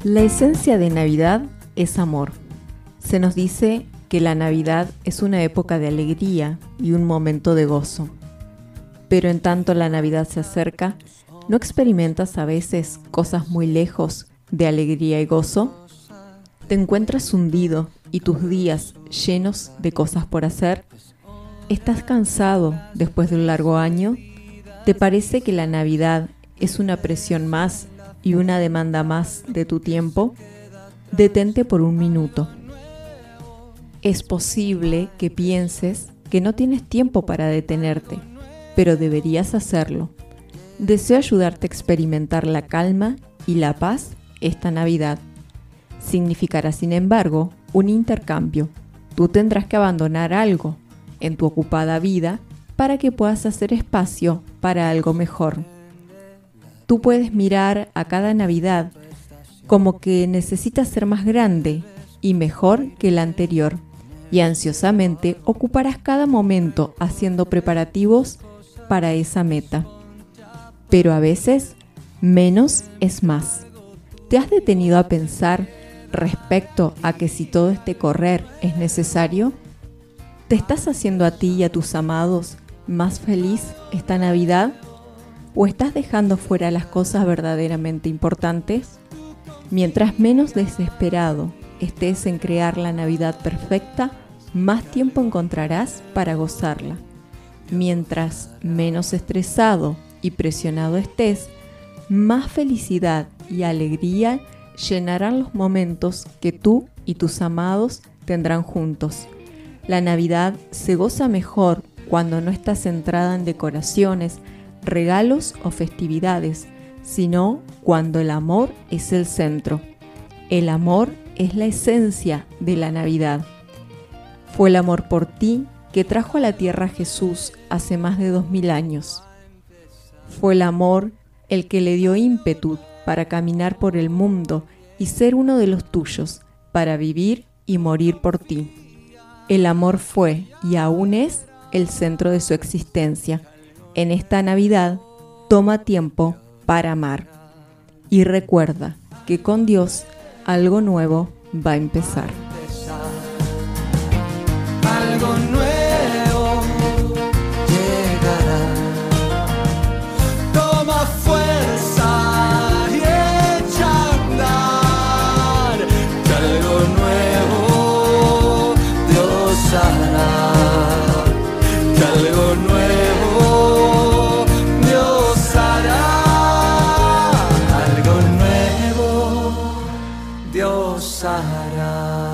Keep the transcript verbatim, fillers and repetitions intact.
La esencia de Navidad es amor. Se nos dice que la Navidad es una época de alegría y un momento de gozo. Pero en tanto la Navidad se acerca, ¿no experimentas a veces cosas muy lejos de alegría y gozo? ¿Te encuentras hundido y tus días llenos de cosas por hacer? ¿Estás cansado después de un largo año? ¿Te parece que la Navidad es una presión más y una demanda más de tu tiempo? Detente por un minuto. Es posible que pienses que no tienes tiempo para detenerte, pero deberías hacerlo. Deseo ayudarte a experimentar la calma y la paz esta Navidad. Significará, sin embargo, un intercambio. Tú tendrás que abandonar algo en tu ocupada vida para que puedas hacer espacio para algo mejor. Tú puedes mirar a cada Navidad como que necesita ser más grande y mejor que la anterior, y ansiosamente ocuparás cada momento haciendo preparativos para esa meta. Pero a veces, menos es más. ¿Te has detenido a pensar respecto a que si todo este correr es necesario? ¿Te estás haciendo a ti y a tus amados más feliz esta Navidad? ¿O estás dejando fuera las cosas verdaderamente importantes? Mientras menos desesperado estés en crear la Navidad perfecta, más tiempo encontrarás para gozarla. Mientras menos estresado y presionado estés, más felicidad y alegría llenarán los momentos que tú y tus amados tendrán juntos. La Navidad se goza mejor cuando no está centrada en decoraciones, regalos o festividades, sino cuando el amor es el centro. El amor es la esencia de la Navidad. Fue el amor por ti que trajo a la tierra a Jesús hace más de dos mil años. Fue el amor el que le dio ímpetu para caminar por el mundo y ser uno de los tuyos, para vivir y morir por ti. El amor fue y aún es el centro de su existencia. En esta Navidad, toma tiempo para amar. Y recuerda que con Dios algo nuevo va a empezar. Algo nuevo llegará. Toma fuerza y echa a andar, que algo nuevo Dios hará, que algo nuevo Dios hará, algo nuevo Dios hará.